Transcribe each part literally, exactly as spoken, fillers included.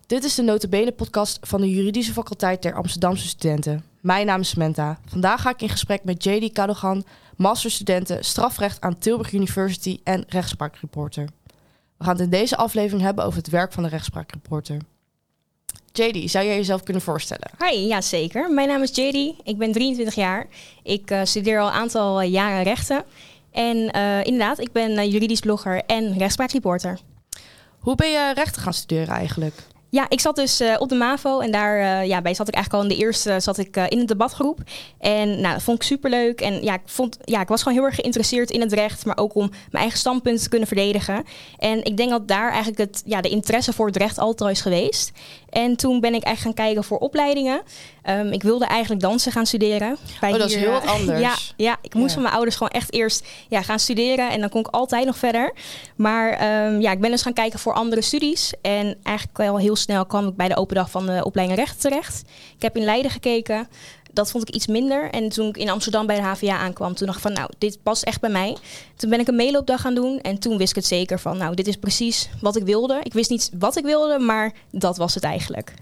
Dit is de Nota Bene podcast van de Juridische Faculteit der Amsterdamse Studenten. Mijn naam is Samantha. Vandaag ga ik in gesprek met J D Cadogan, masterstudenten strafrecht aan Tilburg University en rechtspraakreporter. We gaan het in deze aflevering hebben over het werk van de rechtspraakreporter. J D, zou jij jezelf kunnen voorstellen? Hi, ja zeker. Mijn naam is J D. Ik ben drieëntwintig jaar. Ik uh, studeer al een aantal uh, jaren rechten. En uh, inderdaad, ik ben uh, juridisch blogger en rechtspraakreporter. Hoe ben je rechten gaan studeren eigenlijk? Ja, ik zat dus uh, op de MAVO en daar uh, ja, bij zat ik eigenlijk al in de eerste zat ik uh, in de debatgroep. En nou, dat vond ik superleuk. En ja ik, vond, ja, ik was gewoon heel erg geïnteresseerd in het recht, maar ook om mijn eigen standpunt te kunnen verdedigen. En ik denk dat daar eigenlijk het, ja, de interesse voor het recht altijd al is geweest. En toen ben ik eigenlijk gaan kijken voor opleidingen. Um, ik wilde eigenlijk dansen gaan studeren. Bij oh, dat hier, is heel wat anders. Ja, ja ik moest ja. van mijn ouders gewoon echt eerst ja, gaan studeren. En dan kon ik altijd nog verder. Maar um, ja, ik ben dus gaan kijken voor andere studies. En eigenlijk wel heel snel kwam ik bij de open dag van de opleiding rechten terecht. Ik heb in Leiden gekeken. Dat vond ik iets minder. En toen ik in Amsterdam bij de H V A aankwam, toen dacht ik van nou, dit past echt bij mij. Toen ben ik een meeloopdag gaan doen. En toen wist ik het zeker van nou, dit is precies wat ik wilde. Ik wist niet wat ik wilde, maar dat was het eigenlijk.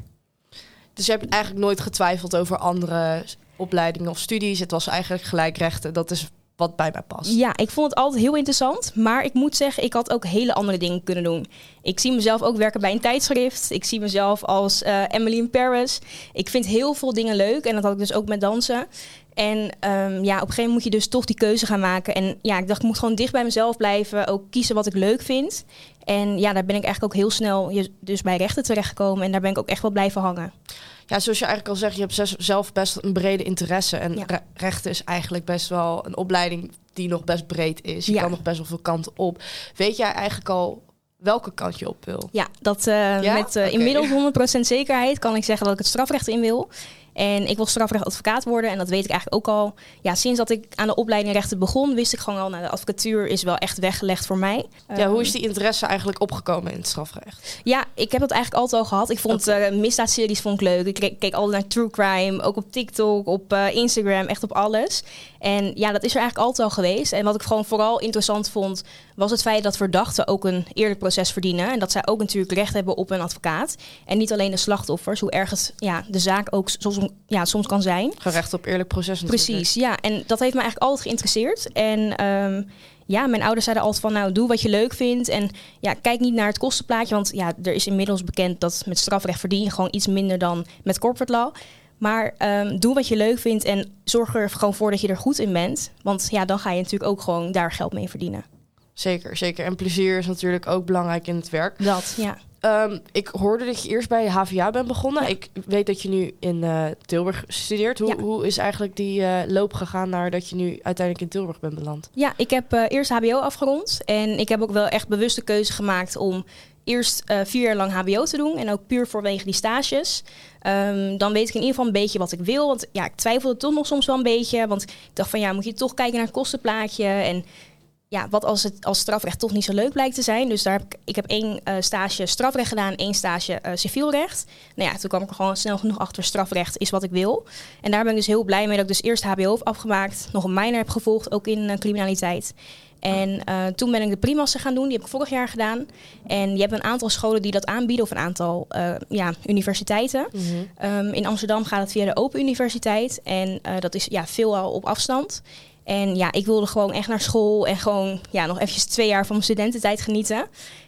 Dus je hebt eigenlijk nooit getwijfeld over andere opleidingen of studies. Het was eigenlijk gelijk rechten. Dat is wat bij mij past. Ja, ik vond het altijd heel interessant. Maar ik moet zeggen, ik had ook hele andere dingen kunnen doen. Ik zie mezelf ook werken bij een tijdschrift. Ik zie mezelf als uh, Emily in Paris. Ik vind heel veel dingen leuk. En dat had ik dus ook met dansen. En um, ja, op een gegeven moment moet je dus toch die keuze gaan maken. En ja, ik dacht, ik moet gewoon dicht bij mezelf blijven. Ook kiezen wat ik leuk vind. En ja, daar ben ik eigenlijk ook heel snel dus bij rechten terechtgekomen. En daar ben ik ook echt wel blijven hangen. Ja, zoals je eigenlijk al zegt, je hebt zelf best een brede interesse. En ja. re- rechten is eigenlijk best wel een opleiding die nog best breed is. Je ja. kan nog best wel veel kanten op. Weet jij eigenlijk al welke kant je op wil? Ja, dat uh, ja? met uh, okay. inmiddels honderd procent zekerheid kan ik zeggen dat ik het strafrecht in wil. En ik wil strafrechtadvocaat worden en dat weet ik eigenlijk ook al. Ja, sinds dat ik aan de opleiding rechten begon, wist ik gewoon al, nou, de advocatuur is wel echt weggelegd voor mij. Ja, um, hoe is die interesse eigenlijk opgekomen in het strafrecht? Ja, ik heb dat eigenlijk altijd al gehad. Ik vond okay. uh, misdaadseries vond ik leuk. Ik keek, keek altijd naar true crime, ook op TikTok, op uh, Instagram, echt op alles. En ja, dat is er eigenlijk altijd al geweest. En wat ik gewoon vooral interessant vond, was het feit dat verdachten ook een eerlijk proces verdienen. En dat zij ook natuurlijk recht hebben op een advocaat. En niet alleen de slachtoffers, hoe erg het, ja, de zaak ook soms, ja, soms kan zijn. Gerecht op eerlijk proces natuurlijk. Precies, ja. En dat heeft me eigenlijk altijd geïnteresseerd. En um, ja, mijn ouders zeiden altijd van, nou, doe wat je leuk vindt. En ja, kijk niet naar het kostenplaatje. Want ja, er is inmiddels bekend dat met strafrecht verdien je gewoon iets minder dan met corporate law. Maar um, doe wat je leuk vindt en zorg er gewoon voor dat je er goed in bent. Want ja, dan ga je natuurlijk ook gewoon daar geld mee verdienen. Zeker, zeker. En plezier is natuurlijk ook belangrijk in het werk. Dat, ja. Um, ik hoorde dat je eerst bij H V A bent begonnen. Ja. Ik weet dat je nu in uh, Tilburg studeert. Hoe, ja. hoe is eigenlijk die uh, loop gegaan naar dat je nu uiteindelijk in Tilburg bent beland? Ja, ik heb uh, eerst H B O afgerond. En ik heb ook wel echt bewust de keuze gemaakt om eerst uh, vier jaar lang H B O te doen. En ook puur vanwege die stages. Um, dan weet ik in ieder geval een beetje wat ik wil. Want ja, ik twijfelde toch nog soms wel een beetje. Want ik dacht van ja, moet je toch kijken naar het kostenplaatje. En ja, wat als het als strafrecht toch niet zo leuk blijkt te zijn. Dus daar heb ik, ik heb één uh, stage strafrecht gedaan, één stage uh, civielrecht. Nou ja, toen kwam ik er gewoon snel genoeg achter, strafrecht is wat ik wil. En daar ben ik dus heel blij mee dat ik dus eerst H B O heb afgemaakt. Nog een minor heb gevolgd, ook in uh, criminaliteit. En uh, toen ben ik de primaster gaan doen, die heb ik vorig jaar gedaan. En je hebt een aantal scholen die dat aanbieden, of een aantal uh, ja, universiteiten. Mm-hmm. Um, in Amsterdam gaat het via de Open Universiteit. En uh, dat is ja, veelal op afstand. En ja, ik wilde gewoon echt naar school en gewoon ja, nog eventjes twee jaar van mijn studententijd genieten.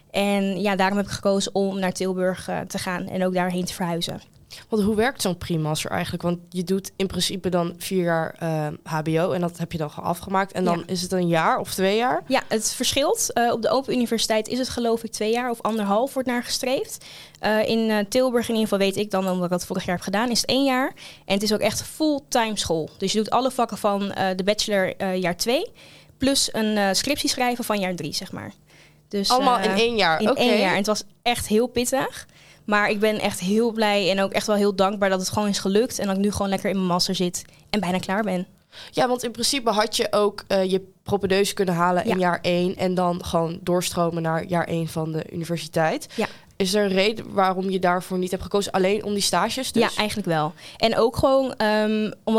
En ja, daarom heb ik gekozen om naar Tilburg uh, te gaan en ook daarheen te verhuizen. Want hoe werkt zo'n primaster eigenlijk? Want je doet in principe dan vier jaar uh, H B O en dat heb je dan afgemaakt. En dan ja. is het een jaar of twee jaar? Ja, het verschilt. Uh, op de Open Universiteit is het geloof ik twee jaar of anderhalf wordt naar gestreefd. Uh, in uh, Tilburg in ieder geval weet ik dan, omdat ik dat vorig jaar heb gedaan, is het één jaar. En het is ook echt fulltime school. Dus je doet alle vakken van uh, de bachelor uh, jaar twee. Plus een uh, scriptie schrijven van jaar drie, zeg maar. Dus, allemaal uh, in één jaar? In okay. één jaar. En het was echt heel pittig. Maar ik ben echt heel blij en ook echt wel heel dankbaar dat het gewoon is gelukt. En dat ik nu gewoon lekker in mijn master zit en bijna klaar ben. Ja, want in principe had je ook uh, je propedeuse kunnen halen ja. in jaar één. En dan gewoon doorstromen naar jaar één van de universiteit. Ja. Is er een reden waarom je daarvoor niet hebt gekozen? Alleen om die stages dus? Ja, eigenlijk wel. En ook gewoon um, omdat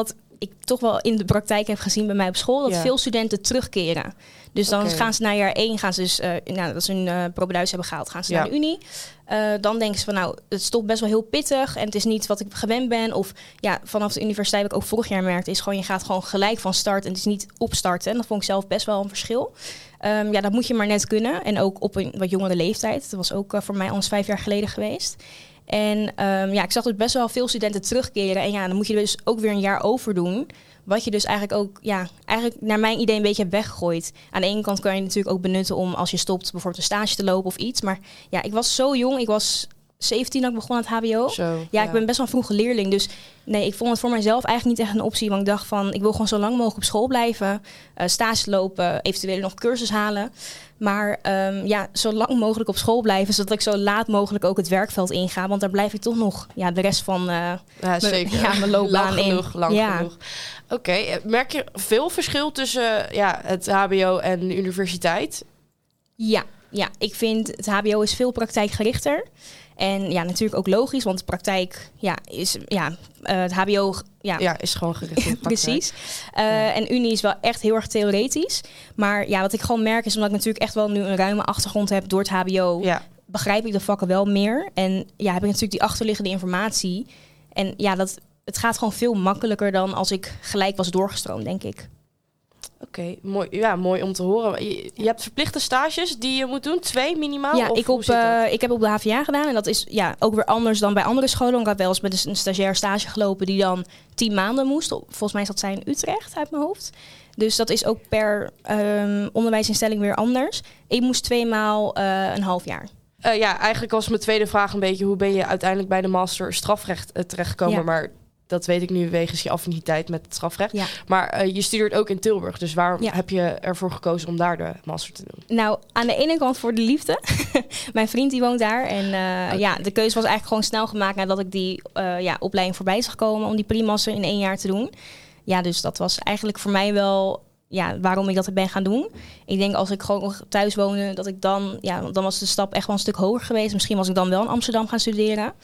ik toch wel in de praktijk heb gezien bij mij op school, dat Ja. veel studenten terugkeren. Dus dan Oké. gaan ze naar jaar één, gaan ze dus, uh, nou, dat ze hun uh, propedeuse hebben gehaald, gaan ze Ja. naar de Unie. Uh, dan denken ze van, nou, het is toch best wel heel pittig en het is niet wat ik gewend ben. Of ja, vanaf de universiteit, wat ik ook vorig jaar merkte, is gewoon, je gaat gewoon gelijk van start en het is niet opstarten. En dat vond ik zelf best wel een verschil. Um, ja, dat moet je maar net kunnen. En ook op een wat jongere leeftijd. Dat was ook uh, voor mij al eens vijf jaar geleden geweest. En um, ja, ik zag dus best wel veel studenten terugkeren. En ja, dan moet je dus ook weer een jaar overdoen. Wat je dus eigenlijk ook, ja, eigenlijk naar mijn idee een beetje hebt weggegooid. Aan de ene kant kan je natuurlijk ook benutten om als je stopt bijvoorbeeld een stage te lopen of iets. Maar ja, ik was zo jong. Ik was zeventien dat ik begon aan het H B O. Zo, ja, ja, ik ben best wel een vroege leerling. Dus nee, ik vond het voor mijzelf eigenlijk niet echt een optie. Want ik dacht van, ik wil gewoon zo lang mogelijk op school blijven. Uh, stage lopen, eventueel nog cursus halen. Maar um, ja, zo lang mogelijk op school blijven, zodat ik zo laat mogelijk ook het werkveld inga. Want daar blijf ik toch nog ja, de rest van uh, ja, zeker. Ja, mijn loopbaan lang genoeg, in. Lang ja. genoeg. Oké, okay. Merk je veel verschil tussen ja, het H B O en de universiteit? Ja, ja, ik vind het H B O is veel praktijkgerichter. En ja, natuurlijk ook logisch, want de praktijk ja, is, ja, uh, het H B O ja, ja, is gewoon gericht op praktijk. Precies. Uh, ja. En Unie is wel echt heel erg theoretisch. Maar ja, wat ik gewoon merk is, omdat ik natuurlijk echt wel nu een ruime achtergrond heb door het H B O, ja. begrijp ik de vakken wel meer. En ja, heb ik natuurlijk die achterliggende informatie. En ja, dat, het gaat gewoon veel makkelijker dan als ik gelijk was doorgestroomd, denk ik. Oké, okay, mooi. Ja, mooi om te horen. Je, je hebt verplichte stages die je moet doen, twee minimaal? Ja, of ik, op, uh, ik heb op de H V A gedaan en dat is ja ook weer anders dan bij andere scholen. Ik had wel eens met een stagiair stage gelopen die dan tien maanden moest. Volgens mij zat zij in Utrecht uit mijn hoofd. Dus dat is ook per um, onderwijsinstelling weer anders. Ik moest tweemaal uh, een half jaar. Uh, ja, eigenlijk was mijn tweede vraag een beetje, hoe ben je uiteindelijk bij de master strafrecht uh, terechtgekomen? Ja. Maar dat weet ik nu wegens je affiniteit met het strafrecht. Ja. Maar uh, je studeert ook in Tilburg. Dus waarom ja. heb je ervoor gekozen om daar de master te doen? Nou, aan de ene kant voor de liefde. Mijn vriend die woont daar. En uh, okay. ja, de keuze was eigenlijk gewoon snel gemaakt nadat ik die uh, ja, opleiding voorbij zag komen om die pre-master in één jaar te doen. Ja, dus dat was eigenlijk voor mij wel ja, waarom ik dat ben gaan doen. Ik denk als ik gewoon thuis woonde, dat ik dan, ja, dan was de stap echt wel een stuk hoger geweest. Misschien was ik dan wel in Amsterdam gaan studeren.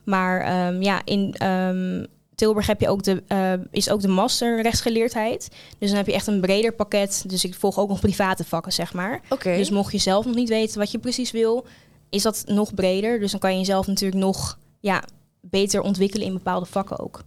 Maar um, ja, in Um, Tilburg heb je ook de, uh, is ook de master rechtsgeleerdheid. Dus dan heb je echt een breder pakket. Dus ik volg ook nog private vakken, zeg maar. Okay. Dus mocht je zelf nog niet weten wat je precies wil, is dat nog breder. Dus dan kan je jezelf natuurlijk nog ja, beter ontwikkelen in bepaalde vakken ook.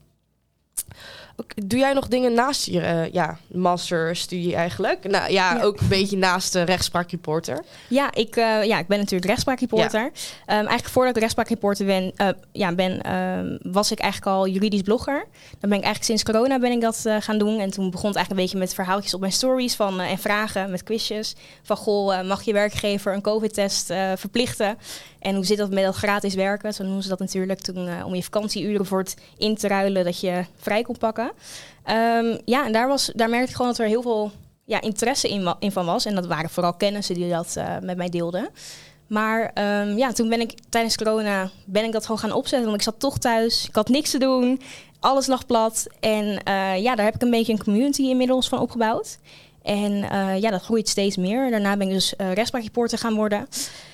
Doe jij nog dingen naast je uh, ja, masterstudie eigenlijk? Nou ja, ja, ook een beetje naast de rechtspraakreporter. Ja, ik, uh, ja, ik ben natuurlijk rechtspraakreporter. Ja. Um, eigenlijk voordat ik rechtspraakreporter ben, uh, ja, ben um, was ik eigenlijk al juridisch blogger. Dan ben ik eigenlijk sinds corona ben ik dat uh, gaan doen. En toen begon het eigenlijk een beetje met verhaaltjes op mijn stories van, uh, en vragen met quizjes. Van goh, uh, mag je werkgever een COVID-test uh, verplichten? En hoe zit dat met dat gratis werken? Zo noemen ze dat natuurlijk toen, uh, om je vakantieuren voor het in te ruilen dat je vrij kon pakken. Um, ja, en daar, was, daar merkte ik gewoon dat er heel veel ja, interesse in, wa- in van was. En dat waren vooral kennissen die dat uh, met mij deelden. Maar um, ja, toen ben ik tijdens corona ben ik dat gewoon gaan opzetten. Want ik zat toch thuis, ik had niks te doen, alles lag plat. En uh, ja, daar heb ik een beetje een community inmiddels van opgebouwd. En uh, ja, dat groeit steeds meer. Daarna ben ik dus uh, rechtspraakreporter gaan worden.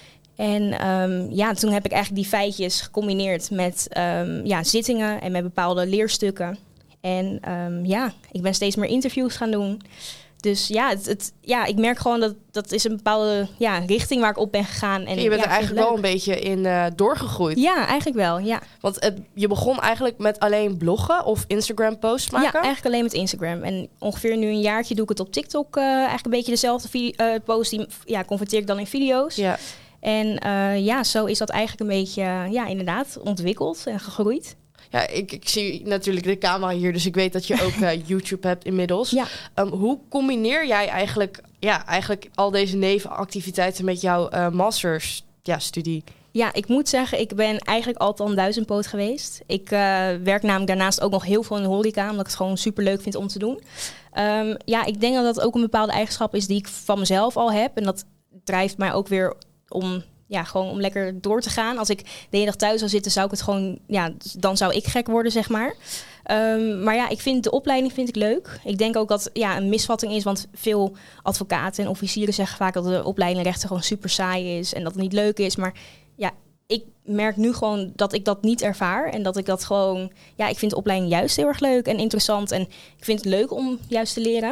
En um, ja, toen heb ik eigenlijk die feitjes gecombineerd met um, ja, zittingen en met bepaalde leerstukken. En um, ja, ik ben steeds meer interviews gaan doen. Dus ja, het, het, ja ik merk gewoon dat dat is een bepaalde ja, richting waar ik op ben gegaan. En je bent ja, er eigenlijk wel een beetje in uh, doorgegroeid. Ja, eigenlijk wel, ja. Want uh, je begon eigenlijk met alleen bloggen of Instagram posts maken? Ja, eigenlijk alleen met Instagram. En ongeveer nu een jaartje doe ik het op TikTok. Uh, eigenlijk een beetje dezelfde video, uh, post, die ja, converteer ik dan in video's. Ja. En uh, ja, zo is dat eigenlijk een beetje, uh, ja, inderdaad, ontwikkeld en gegroeid. Ja, ik, ik zie natuurlijk de camera hier, dus ik weet dat je ook uh, YouTube hebt inmiddels. Ja. Um, hoe combineer jij eigenlijk, ja, eigenlijk al deze nevenactiviteiten met jouw uh, masters ja, studie? Ja, ik moet zeggen, ik ben eigenlijk altijd al een duizendpoot geweest. Ik uh, werk namelijk daarnaast ook nog heel veel in de horeca, omdat ik het gewoon super leuk vind om te doen. Um, ja, ik denk dat dat ook een bepaalde eigenschap is die ik van mezelf al heb. En dat drijft mij ook weer om, ja, gewoon om lekker door te gaan. Als ik de hele dag thuis zou zitten, zou ik het gewoon, ja, dan zou ik gek worden, zeg maar. Um, maar ja, ik vind de opleiding vind ik leuk. Ik denk ook dat ja, een misvatting is, want veel advocaten en officieren zeggen vaak dat de opleiding rechten gewoon super saai is en dat het niet leuk is. Maar ja, ik merk nu gewoon dat ik dat niet ervaar. En dat ik dat gewoon... Ja, ik vind de opleiding juist heel erg leuk en interessant. En ik vind het leuk om juist te leren.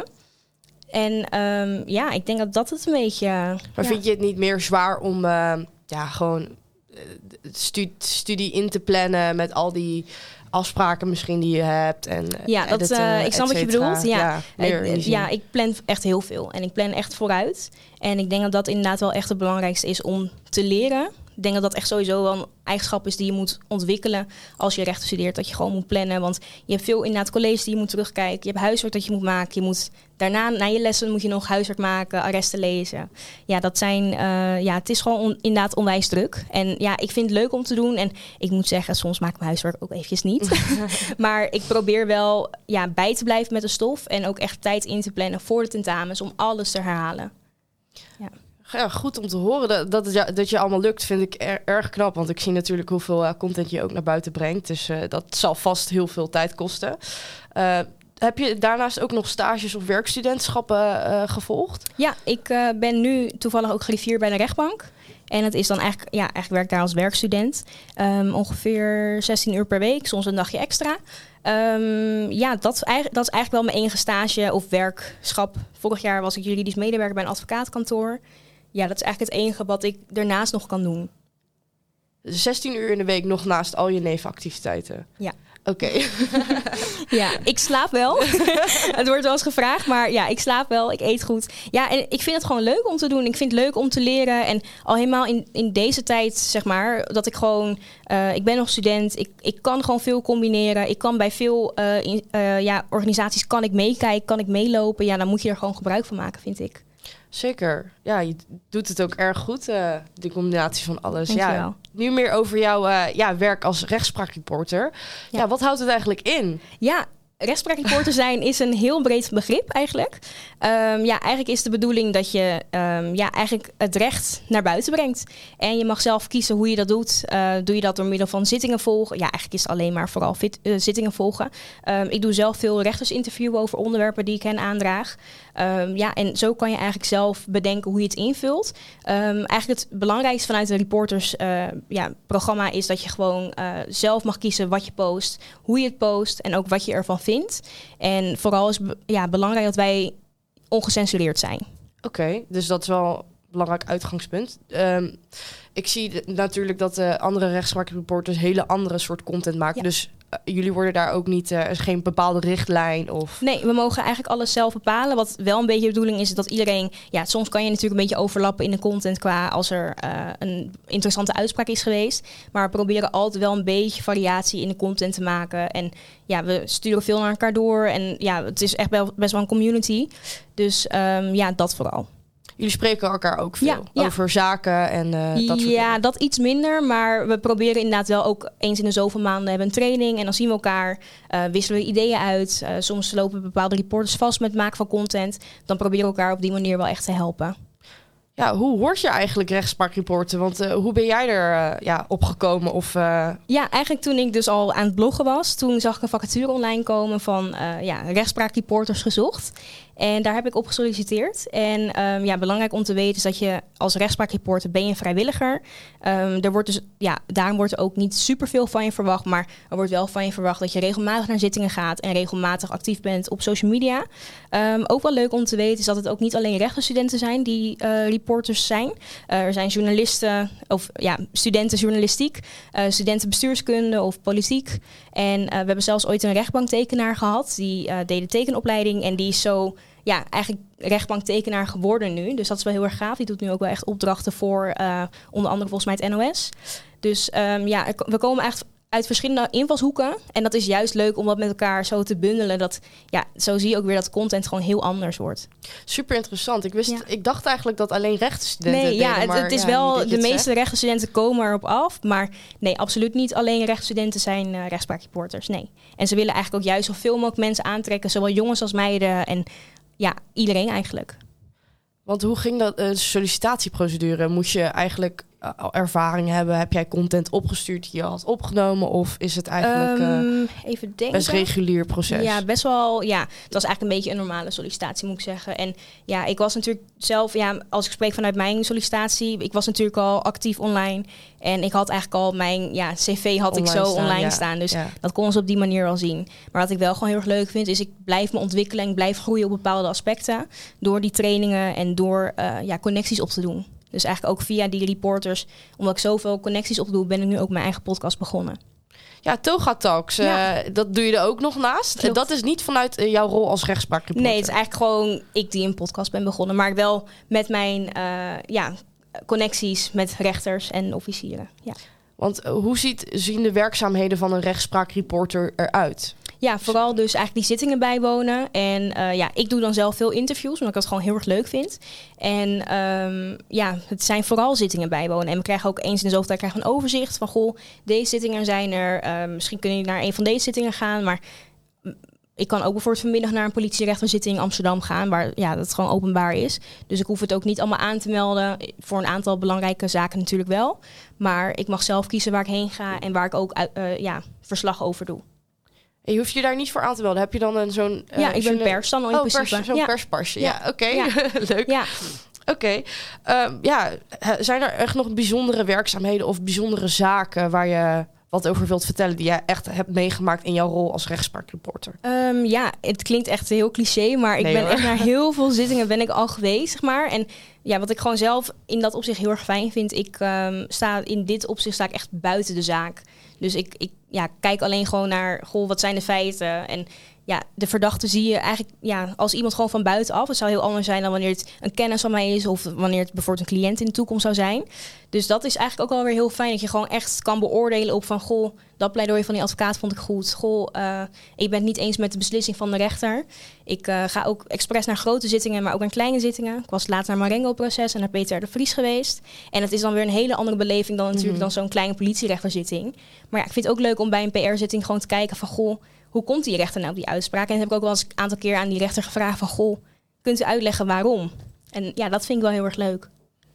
En um, ja, ik denk dat dat het een beetje... Maar ja. vind je het niet meer zwaar om uh, ja, gewoon uh, stu- studie in te plannen met al die afspraken misschien die je hebt? En, ja, dat, editen, uh, ik snap wat je bedoelt. Ja, ja, ik, ja, ik plan echt heel veel. En ik plan echt vooruit. En ik denk dat dat inderdaad wel echt het belangrijkste is om te leren. Ik denk dat dat echt sowieso wel een eigenschap is die je moet ontwikkelen als je rechten studeert. Dat je gewoon moet plannen. Want je hebt veel inderdaad colleges die je moet terugkijken. Je hebt huiswerk dat je moet maken. Je moet daarna, na je lessen, moet je nog huiswerk maken, arresten lezen. Ja, dat zijn, uh, ja, het is gewoon on, inderdaad onwijs druk. En ja, ik vind het leuk om te doen. En ik moet zeggen, soms maak ik mijn huiswerk ook eventjes niet. Maar ik probeer wel ja, bij te blijven met de stof. En ook echt tijd in te plannen voor de tentamens om alles te herhalen. Ja. Ja, goed om te horen dat, dat, het ja, dat je allemaal lukt, vind ik er, erg knap. Want ik zie natuurlijk hoeveel uh, content je ook naar buiten brengt. Dus uh, dat zal vast heel veel tijd kosten. Uh, heb je daarnaast ook nog stages of werkstudentschappen uh, gevolgd? Ja, ik uh, ben nu toevallig ook griffier bij de rechtbank. En het is dan eigenlijk, ja, eigenlijk werk ik daar als werkstudent. Um, ongeveer zestien uur per week, soms een dagje extra. Um, ja, dat is, eigenlijk, dat is eigenlijk wel mijn enige stage of werkschap. Vorig jaar was ik juridisch medewerker bij een advocaatkantoor. Ja, dat is eigenlijk het enige wat ik daarnaast nog kan doen. zestien uur in de week nog naast al je nevenactiviteiten? Ja. Oké. Okay. Ja, ik slaap wel. Het wordt wel eens gevraagd, maar ja, ik slaap wel. Ik eet goed. Ja, en ik vind het gewoon leuk om te doen. Ik vind het leuk om te leren. En al helemaal in, in deze tijd, zeg maar, dat ik gewoon... Uh, ik ben nog student. Ik, ik kan gewoon veel combineren. Ik kan bij veel uh, in, uh, ja, organisaties kan ik meekijken, kan ik meelopen. Ja, dan moet je er gewoon gebruik van maken, vind ik. Zeker. Ja, je doet het ook erg goed, uh, die combinatie van alles. Dankjewel. Ja, nu meer over jouw uh, ja, werk als rechtspraakreporter. Ja. ja, wat houdt het eigenlijk in? Ja, rechtspraakreporter zijn is een heel breed begrip eigenlijk. Um, ja, eigenlijk is de bedoeling dat je um, ja, eigenlijk het recht naar buiten brengt. En je mag zelf kiezen hoe je dat doet. Uh, doe je dat door middel van zittingen volgen? Ja, eigenlijk is het alleen maar vooral fit, uh, zittingen volgen. Um, ik doe zelf veel rechters interviewen over onderwerpen die ik hen aandraag. Um, ja, en zo kan je eigenlijk zelf bedenken hoe je het invult. Um, eigenlijk het belangrijkste vanuit een reporters uh, ja, programma is dat je gewoon uh, zelf mag kiezen wat je post, hoe je het post en ook wat je ervan vindt. En vooral is ja, belangrijk dat wij ongecensureerd zijn. Oké, okay, dus dat is wel een belangrijk uitgangspunt. Um, ik zie d- natuurlijk dat uh, andere rechtspraakreporters hele andere soort content maken. Ja. Dus uh, jullie worden daar ook niet, uh, er is geen bepaalde richtlijn of... Nee, we mogen eigenlijk alles zelf bepalen. Wat wel een beetje de bedoeling is, dat iedereen... Ja, soms kan je natuurlijk een beetje overlappen in de content qua als er uh, een interessante uitspraak is geweest. Maar we proberen altijd wel een beetje variatie in de content te maken. En ja, we sturen veel naar elkaar door. En ja, het is echt wel, best wel een community. Dus um, ja, dat vooral. Jullie spreken elkaar ook veel ja, ja. over zaken en uh, dat soort Ja, dingen. dat iets minder. Maar we proberen inderdaad wel ook eens in de zoveel maanden hebben een training. En dan zien we elkaar, uh, wisselen we ideeën uit. Uh, soms lopen bepaalde reporters vast met het maken van content. Dan proberen we elkaar op die manier wel echt te helpen. Ja, hoe word je eigenlijk rechtspraakreporter? Want uh, hoe ben jij er uh, ja, opgekomen? Of, uh... Ja, eigenlijk toen ik dus al aan het bloggen was, toen zag ik een vacature online komen van uh, ja, rechtspraakreporters gezocht. En daar heb ik op gesolliciteerd. En um, ja, belangrijk om te weten is dat je als rechtspraakreporter ben je een vrijwilliger. Um, er wordt dus, ja, daarom wordt er ook niet superveel van je verwacht. Maar er wordt wel van je verwacht dat je regelmatig naar zittingen gaat en regelmatig actief bent op social media. Um, ook wel leuk om te weten is dat het ook niet alleen rechtenstudenten zijn die uh, reporters zijn. Uh, er zijn journalisten of ja, studenten journalistiek, uh, studenten bestuurskunde of politiek. En uh, we hebben zelfs ooit een rechtbanktekenaar gehad. Die uh, deed de tekenopleiding en die is zo... Ja, eigenlijk rechtbanktekenaar geworden nu. Dus dat is wel heel erg gaaf. Die doet nu ook wel echt opdrachten voor uh, onder andere volgens mij het N O S. Dus um, ja, we komen echt uit verschillende invalshoeken. En dat is juist leuk om dat met elkaar zo te bundelen. Dat, ja, zo zie je ook weer dat content gewoon heel anders wordt. Super interessant. Ik, wist, ja. ik dacht eigenlijk dat alleen rechtenstudenten nee, deden. Ja, het, maar, het is ja, wel, de het meeste zegt. rechtenstudenten komen erop af. Maar nee, absoluut niet alleen rechtsstudenten zijn uh, rechtspraakreporters. Nee. En ze willen eigenlijk ook juist zoveel mogelijk mensen aantrekken. Zowel jongens als meiden en... Ja, iedereen eigenlijk. Want hoe ging dat, de uh, sollicitatieprocedure? Moest je eigenlijk uh, ervaring hebben? Heb jij content opgestuurd die je had opgenomen? Of is het eigenlijk uh, um, even denken. best regulier proces? Ja, best wel. Ja, het was eigenlijk een beetje een normale sollicitatie, moet ik zeggen. En ja, ik was natuurlijk zelf, ja, als ik spreek vanuit mijn sollicitatie, ik was natuurlijk al actief online. En ik had eigenlijk al mijn ja, cv had Online ik zo staan, online ja. staan. Dus Ja. dat kon ze op die manier wel zien. Maar wat ik wel gewoon heel erg leuk vind, is ik blijf me ontwikkelen en ik blijf groeien op bepaalde aspecten. Door die trainingen en door uh, ja, connecties op te doen. Dus eigenlijk ook via die reporters, omdat ik zoveel connecties opdoe, ben ik nu ook mijn eigen podcast begonnen. Ja, Toga Talks, Ja. uh, dat doe je er ook nog naast. Klopt. Dat is niet vanuit uh, jouw rol als rechtspraakreporter. Nee, het is eigenlijk gewoon ik die een podcast ben begonnen. Maar wel met mijn uh, ja, connecties met rechters en officieren. Ja. Want uh, hoe ziet, zien de werkzaamheden van een rechtspraakreporter eruit? Ja, vooral dus eigenlijk die zittingen bijwonen. En uh, ja, ik doe dan zelf veel interviews, omdat ik dat gewoon heel erg leuk vind. En um, ja, het zijn vooral zittingen bijwonen. En we krijgen ook eens in de zoveel tijd krijgen we een overzicht van, goh, deze zittingen zijn er. Uh, misschien kun je naar een van deze zittingen gaan, maar ik kan ook bijvoorbeeld vanmiddag naar een politierechterzitting in Amsterdam gaan, waar ja, dat gewoon openbaar is. Dus ik hoef het ook niet allemaal aan te melden. Voor een aantal belangrijke zaken natuurlijk wel. Maar ik mag zelf kiezen waar ik heen ga en waar ik ook uh, ja, verslag over doe. En je hoeft je daar niet voor aan te melden. Heb je dan een zo'n... Uh, ja, ik ben journa- pers dan al in oh, principe. Pers, zo'n ja. perspasje. Ja, Ja. oké. Okay. Ja. Leuk. Ja. Oké. Okay. Um, ja, zijn er echt nog bijzondere werkzaamheden of bijzondere zaken waar je wat over wilt vertellen die jij echt hebt meegemaakt in jouw rol als rechtspraakreporter? Um, ja, het klinkt echt heel cliché, maar ik Nee, ben hoor. echt naar heel veel zittingen ben ik al geweest, zeg maar. En ja, wat ik gewoon zelf in dat opzicht heel erg fijn vind, ik um, sta in dit opzicht sta ik echt buiten de zaak. Dus ik, ik ja, kijk alleen gewoon naar, goh, wat zijn de feiten? En ja, de verdachte zie je eigenlijk ja, als iemand gewoon van buitenaf. Het zou heel anders zijn dan wanneer het een kennis van mij is of wanneer het bijvoorbeeld een cliënt in de toekomst zou zijn. Dus dat is eigenlijk ook wel weer heel fijn dat je gewoon echt kan beoordelen op van, goh, dat pleidooi van die advocaat vond ik goed. Goh, uh, ik ben het niet eens met de beslissing van de rechter. Ik uh, ga ook expres naar grote zittingen, maar ook naar kleine zittingen. Ik was laatst naar Marengo-proces en naar Peter R. de Vries geweest. En het is dan weer een hele andere beleving dan natuurlijk Mm-hmm. dan zo'n kleine politierechterzitting. Maar ja, ik vind het ook leuk om bij een P R-zitting gewoon te kijken van, goh, hoe komt die rechter nou op die uitspraak? En dat heb ik ook wel eens een aantal keer aan die rechter gevraagd van, goh, kunt u uitleggen waarom? En ja, dat vind ik wel heel erg leuk.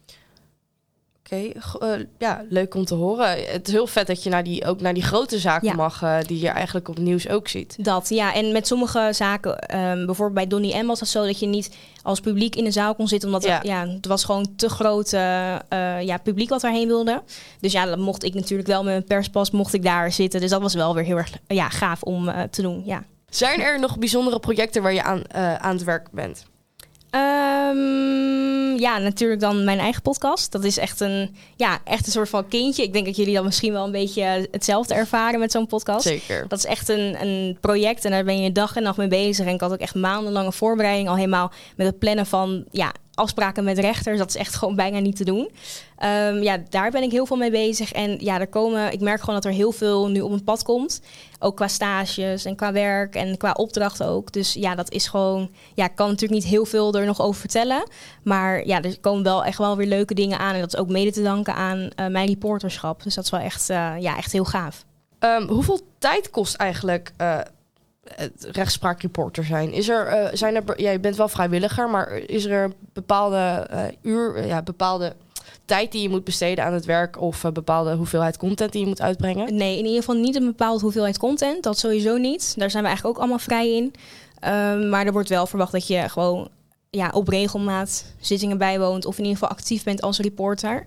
Oké, okay. uh, ja, leuk om te horen. Het is heel vet dat je naar die, ook naar die grote zaken Ja. mag, uh, die je eigenlijk op het nieuws ook ziet. Dat, ja. En met sommige zaken, um, bijvoorbeeld bij Donnie M was dat zo dat je niet als publiek in de zaal kon zitten, omdat Ja. het, ja, het was gewoon te groot uh, uh, ja, publiek wat daarheen wilde. Dus ja, dan mocht ik natuurlijk wel met mijn perspas mocht ik daar zitten. Dus dat was wel weer heel erg ja, gaaf om uh, te doen, ja. Zijn er nog bijzondere projecten waar je aan, uh, aan het werk bent? Um, ja, natuurlijk dan mijn eigen podcast. Dat is echt een, ja, echt een soort van kindje. Ik denk dat jullie dan misschien wel een beetje hetzelfde ervaren met zo'n podcast. Zeker. Dat is echt een, een project en daar ben je dag en nacht mee bezig. En ik had ook echt maandenlange voorbereiding al helemaal met het plannen van ja, afspraken met rechters. Dat is echt gewoon bijna niet te doen. Um, ja, daar ben ik heel veel mee bezig. En ja, er komen, ik merk gewoon dat er heel veel nu op mijn pad komt. Ook qua stages en qua werk en qua opdrachten ook. Dus ja, dat is gewoon... Ja, ik kan natuurlijk niet heel veel er nog over vertellen. Maar ja, er komen wel echt wel weer leuke dingen aan. En dat is ook mede te danken aan uh, mijn reporterschap. Dus dat is wel echt, uh, ja, echt heel gaaf. Um, hoeveel tijd kost eigenlijk uh, het rechtspraakreporter zijn? Is er, uh, zijn er, ja, je bent wel vrijwilliger, maar is er een bepaalde uh, uur, uh, ja, bepaalde tijd die je moet besteden aan het werk of een bepaalde hoeveelheid content die je moet uitbrengen? Nee, in ieder geval niet een bepaalde hoeveelheid content. Dat sowieso niet. Daar zijn we eigenlijk ook allemaal vrij in. Um, maar er wordt wel verwacht dat je gewoon ja, op regelmaat zittingen bijwoont of in ieder geval actief bent als reporter.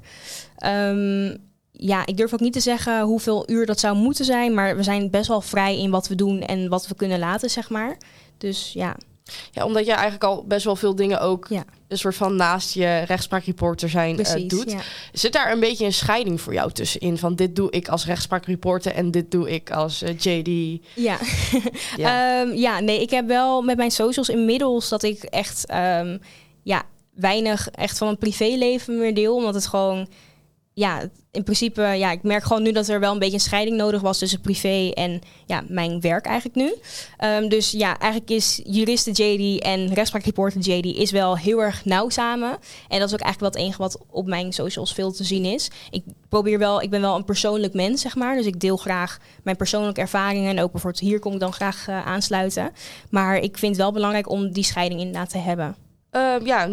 Um, ja, ik durf ook niet te zeggen hoeveel uur dat zou moeten zijn, maar we zijn best wel vrij in wat we doen en wat we kunnen laten, zeg maar. Dus ja. Ja, omdat jij eigenlijk al best wel veel dingen ook Ja. een soort van naast je rechtspraakreporter zijn uh, doet. Ja. Zit daar een beetje een scheiding voor jou tussenin? Van dit doe ik als rechtspraakreporter en dit doe ik als uh, J D? Ja. Ja. um, ja, nee, ik heb wel met mijn socials inmiddels dat ik echt um, ja, weinig echt van een privéleven meer deel. Omdat het gewoon, ja, in principe, ja, ik merk gewoon nu dat er wel een beetje een scheiding nodig was tussen privé en ja, mijn werk eigenlijk nu. Um, dus ja, eigenlijk is juriste J D en rechtspraakreporter J D is wel heel erg nauw samen. En dat is ook eigenlijk wel het enige wat op mijn socials veel te zien is. Ik probeer wel, ik ben wel een persoonlijk mens, zeg maar. Dus ik deel graag mijn persoonlijke ervaringen. En ook bijvoorbeeld hier kom ik dan graag uh, aansluiten. Maar ik vind het wel belangrijk om die scheiding inderdaad te hebben. Uh, ja, nu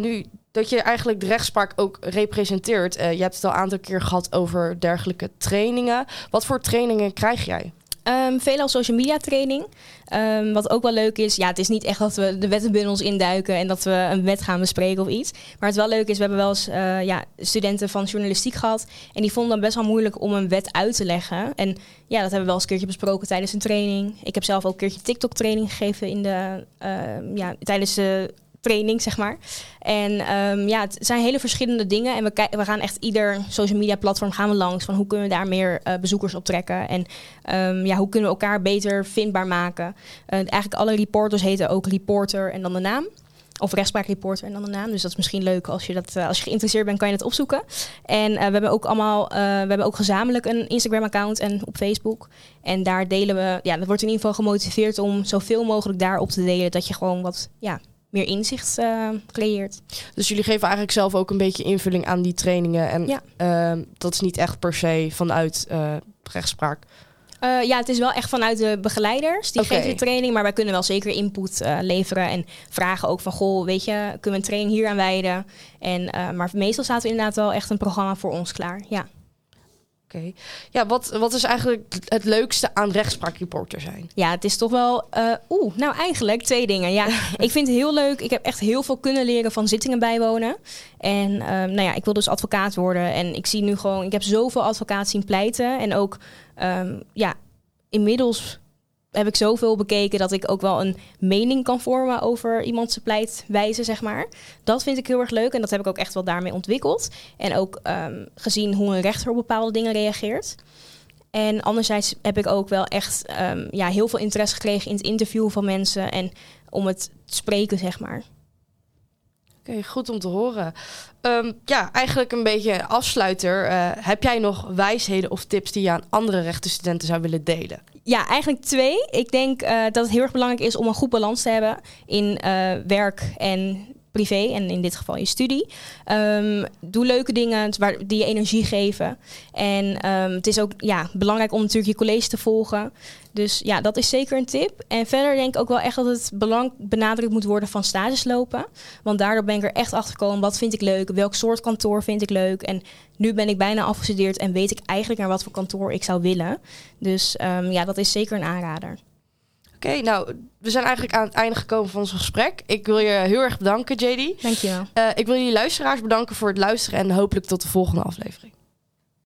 dat je eigenlijk de rechtspraak ook representeert. Uh, je hebt het al een aantal keer gehad over dergelijke trainingen. Wat voor trainingen krijg jij? Um, veelal social media training. Um, wat ook wel leuk is, ja, het is niet echt dat we de wettenbundels induiken en dat we een wet gaan bespreken of iets. Maar het wel leuk is, we hebben wel eens uh, ja, studenten van journalistiek gehad. En die vonden dan best wel moeilijk om een wet uit te leggen. En ja, dat hebben we wel eens een keertje besproken tijdens een training. Ik heb zelf ook een keertje TikTok training gegeven in de, uh, ja, tijdens de training, zeg maar. En um, ja, het zijn hele verschillende dingen. En we, k- we gaan echt ieder social media platform gaan we langs. Van hoe kunnen we daar meer uh, bezoekers op trekken? En um, ja, hoe kunnen we elkaar beter vindbaar maken? Uh, eigenlijk alle reporters heten ook reporter en dan de naam. Of rechtspraakreporter en dan de naam. Dus dat is misschien leuk als je dat uh, als je geïnteresseerd bent, kan je dat opzoeken. En uh, we hebben ook allemaal, uh, we hebben ook gezamenlijk een Instagram-account en op Facebook. En daar delen we, ja, dat wordt in ieder geval gemotiveerd om zoveel mogelijk daarop te delen, dat je gewoon wat, ja, meer inzicht uh, creëert. Dus jullie geven eigenlijk zelf ook een beetje invulling aan die trainingen. En ja. uh, dat is niet echt per se vanuit uh, rechtspraak. Uh, ja, het is wel echt vanuit de begeleiders. Die okay. geven de training, maar wij kunnen wel zeker input uh, leveren. En vragen ook van, goh, weet je, kunnen we een training hier aan wijden? En, uh, maar meestal staat er inderdaad wel echt een programma voor ons klaar, ja. Oké. Okay. Ja, wat, wat is eigenlijk het leukste aan rechtspraakreporter zijn? Ja, het is toch wel... Uh, Oeh, nou eigenlijk twee dingen. Ja, ik vind het heel leuk. Ik heb echt heel veel kunnen leren van zittingen bijwonen. En uh, nou ja, ik wil dus advocaat worden. En ik zie nu gewoon... Ik heb zoveel advocaten zien pleiten. En ook, um, ja, inmiddels heb ik zoveel bekeken dat ik ook wel een mening kan vormen over iemands pleitwijze, zeg maar. Dat vind ik heel erg leuk en dat heb ik ook echt wel daarmee ontwikkeld. En ook um, gezien hoe een rechter op bepaalde dingen reageert. En anderzijds heb ik ook wel echt um, ja, heel veel interesse gekregen in het interviewen van mensen en om het te spreken, zeg maar. Oké, okay, goed om te horen. Um, ja, eigenlijk een beetje afsluiter. Uh, heb jij nog wijsheden of tips die je aan andere rechtenstudenten zou willen delen? Ja, eigenlijk twee. Ik denk uh, dat het heel erg belangrijk is om een goed balans te hebben in uh, werk en privé en in dit geval je studie. Um, doe leuke dingen waar, die je energie geven. En um, het is ook ja, belangrijk om natuurlijk je college te volgen. Dus ja, dat is zeker een tip. En verder denk ik ook wel echt dat het belang benadrukt moet worden van stages lopen. Want daardoor ben ik er echt achter gekomen. Wat vind ik leuk? Welk soort kantoor vind ik leuk? En nu ben ik bijna afgestudeerd en weet ik eigenlijk naar wat voor kantoor ik zou willen. Dus um, ja, dat is zeker een aanrader. Oké, okay, nou, we zijn eigenlijk aan het einde gekomen van ons gesprek. Ik wil je heel erg bedanken, J D. Dankjewel. Uh, ik wil jullie luisteraars bedanken voor het luisteren en hopelijk tot de volgende aflevering.